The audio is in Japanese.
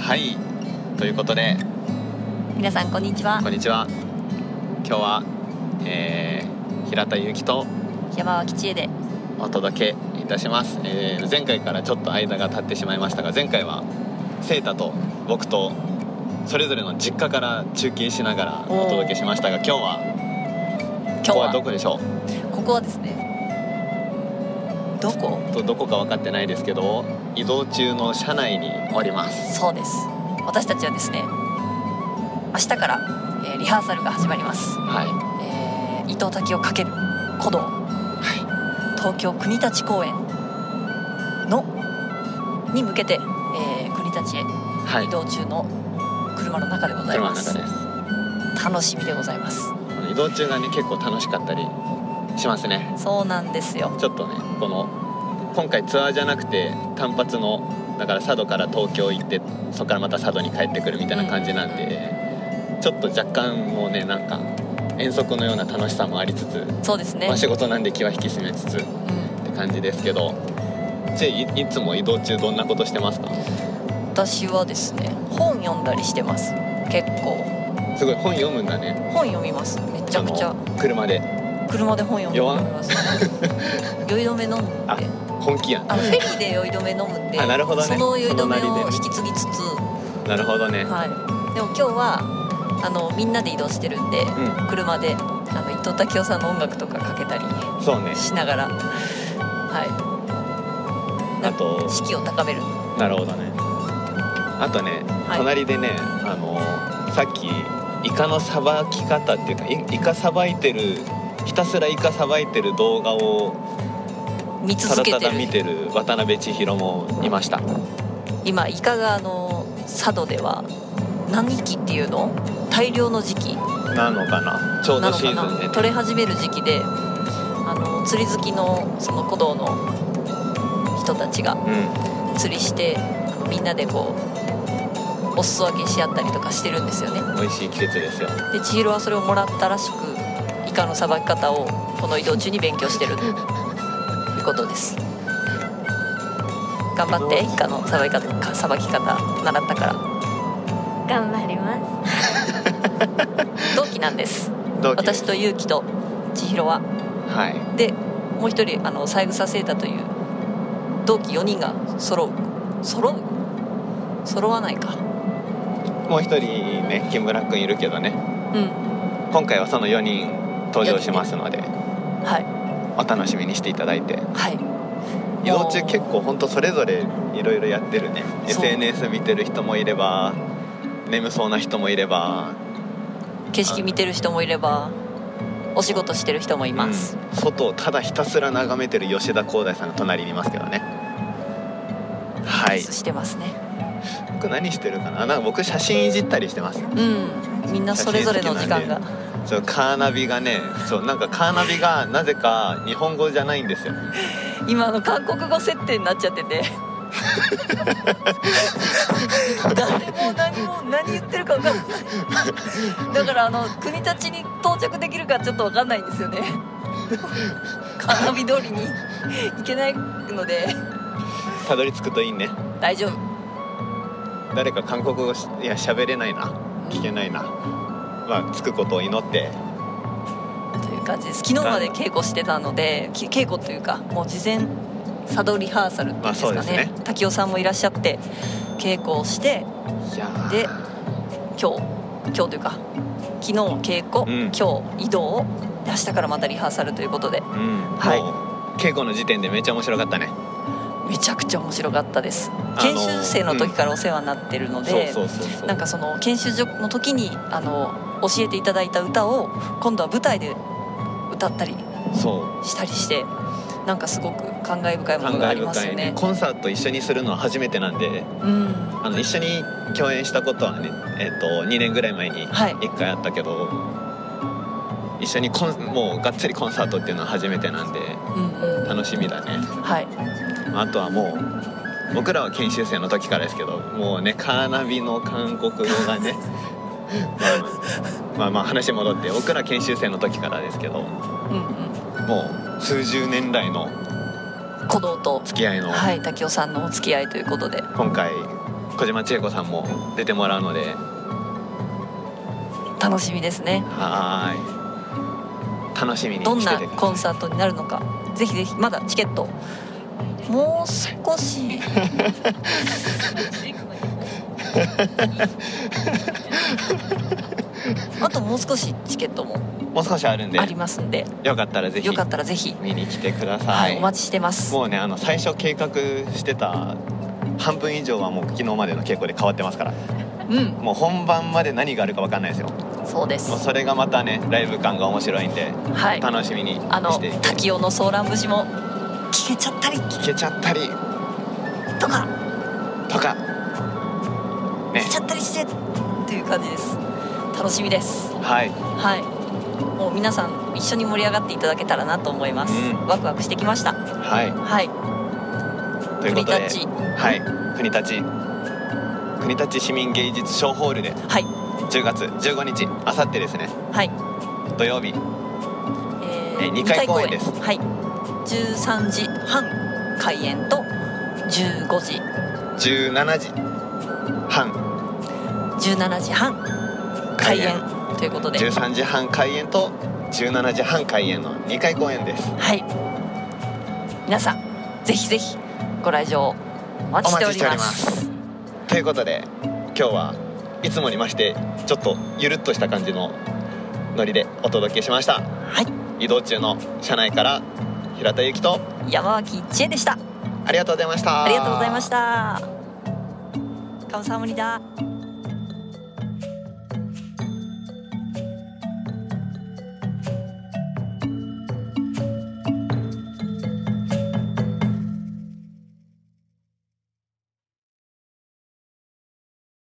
はい、ということで皆さんこんにちは。 こんにちは。今日は、平田祐希と山脇千恵でお届けいたします。前回からちょっと間が経ってしまいましたが、前回はセイタと僕とそれぞれの実家から中継しながらお届けしましたが、今日はここはどこでしょう？ ここはですね、どこか分かってないですけど、移動中の車内におります。 そうです。私たちはですね、明日から、リハーサルが始まります。 はい。 伊藤滝をかける鼓動、東京国立公園に向けて、国立へ移動中の車の中でございます。 車の中です。 楽しみでございます。 移動中がね、結構楽しかったりしますね。 そうなんですよ。 ちょっとね、今回ツアーじゃなくて単発の、だから佐渡から東京行ってそこからまた佐渡に帰ってくるみたいな感じなんで、ちょっと若干もうね、なんか遠足のような楽しさもありつつ、 そうですね、 仕事なんで気は引き締めつつ、って感じですけど、いつも移動中どんなことしてますか？ 私はですね、本読んだりしてます。結構すごい本読むんだね。 本読みます。めちゃくちゃ車で本読みます。酔い止め飲んで、 本気やん。 フェリーで酔い止め飲むんで、 なるほどね、 その酔い止めを引き継ぎつつ、 なるほどね、 はい、でも今日はみんなで移動してるんで、車で伊藤滝夫さんの音楽とかかけたりしながら、あと士気を高める。 なるほどね。あとね、隣でね、さっきイカのさばき方っていうか、イカさばいてる、ひたすらイカさばいてる動画を見続けてる、 ただ見てる渡辺千尋もいました。 今イカが佐渡では何匹っていうの？大量の時期なのかな、ちょうどシーズンで、ね、 取れ始める時期で、釣り好きのその古道の人たちが釣りして、みんなでこうお裾分けし合ったりとかしてるんですよね。 美味しい季節ですよ。 で、千尋はそれをもらったらしく、イカのさばき方をこの移動中に勉強してるということです。頑張って、イカのさばき方習ったから頑張ります。 同期なんです。私と勇気と千尋は、でもう一人三枝聖太という同期4人が揃わないか。 もう一人ね、木村くんいるけどね、今回はその4人登場しますので、お楽しみにしていただいて、移動中結構本当それぞれいろいろやってるね。 SNS 見てる人もいれば、眠そうな人もいれば、 景色見てる人もいれば、お仕事してる人もいます。 外をただひたすら眺めてる吉田鋼大さんが隣にいますけどね。 してますね。 僕何してるかな。なんか僕写真いじったりしてます。 みんなそれぞれの時間が。 カーナビがね、なんかカーナビがなぜか日本語じゃないんですよ。 今韓国語設定になっちゃってて誰も何言ってるか分かんない。だから国立に到着できるかちょっと分かんないんですよね。カーナビ通りに行けないので、 たどり着くといいね。 大丈夫。 誰か韓国語喋れないな、聞けないな、着くことを祈ってという感じです。昨日まで稽古してたので、稽古というかもう事前佐渡リハーサルっていうんですかね、滝尾さんもいらっしゃって稽古をして、で今日というか昨日稽古、今日移動、明日からまたリハーサルということで、 稽古の時点でめっちゃ面白かったね。 めちゃくちゃ面白かったです。研修生の時からお世話になってるので、なんかその研修所の時に教えていただいた歌を今度は舞台で歌ったりしたりして、なんかすごく感慨深いものがありますよね。 コンサート一緒にするのは初めてなんで、一緒に共演したことはね、2年ぐらい前に1回あったけど、一緒にもうがっつりコンサートっていうのは初めてなんで、楽しみだね。あとはもう僕らは研修生の時からですけど、もうね、カーナビの韓国語がねまあ話戻って、僕ら研修生の時からですけど、もう数十年来の鼓動と付き合いの、 滝尾さんのお付き合いということで、 今回小島千恵子さんも出てもらうので楽しみですね。 はい、楽しみにしててどんなコンサートになるのか、ぜひぜひ。まだチケットもう少しあともう少しチケットももう少しあるんでありますんで、 よかったらぜひ見に来てください。 はい、お待ちしてます。 もうね最初計画してた半分以上はもう昨日までの稽古で変わってますから、もう本番まで何があるか分かんないですよ。 そうです。 もうそれがまたねライブ感が面白いんで、はい、楽しみにしていて、 滝尾のソーラン節も聞けちゃったりとかね聞けちゃったりしてっていう感じです。楽しみです。 はいはい、もう皆さん一緒に盛り上がっていただけたらなと思います。ワクワクしてきました。 はいはい。 ということで、はい、国立市民芸術小ホールで、はい、10月15日あさってですね、はい、土曜日、2回公演です。 はい、13時半開演と15時 17時半開演ということで、 13時半開演と17時半開演の2回公演です。 はい、皆さんぜひぜひご来場お待ちしております。 ということで今日はいつもに増してちょっとゆるっとした感じのノリでお届けしました。 はい、 移動中の車内から平田由紀と山脇千恵でした。 ありがとうございました。 ありがとうございました。감사합니다。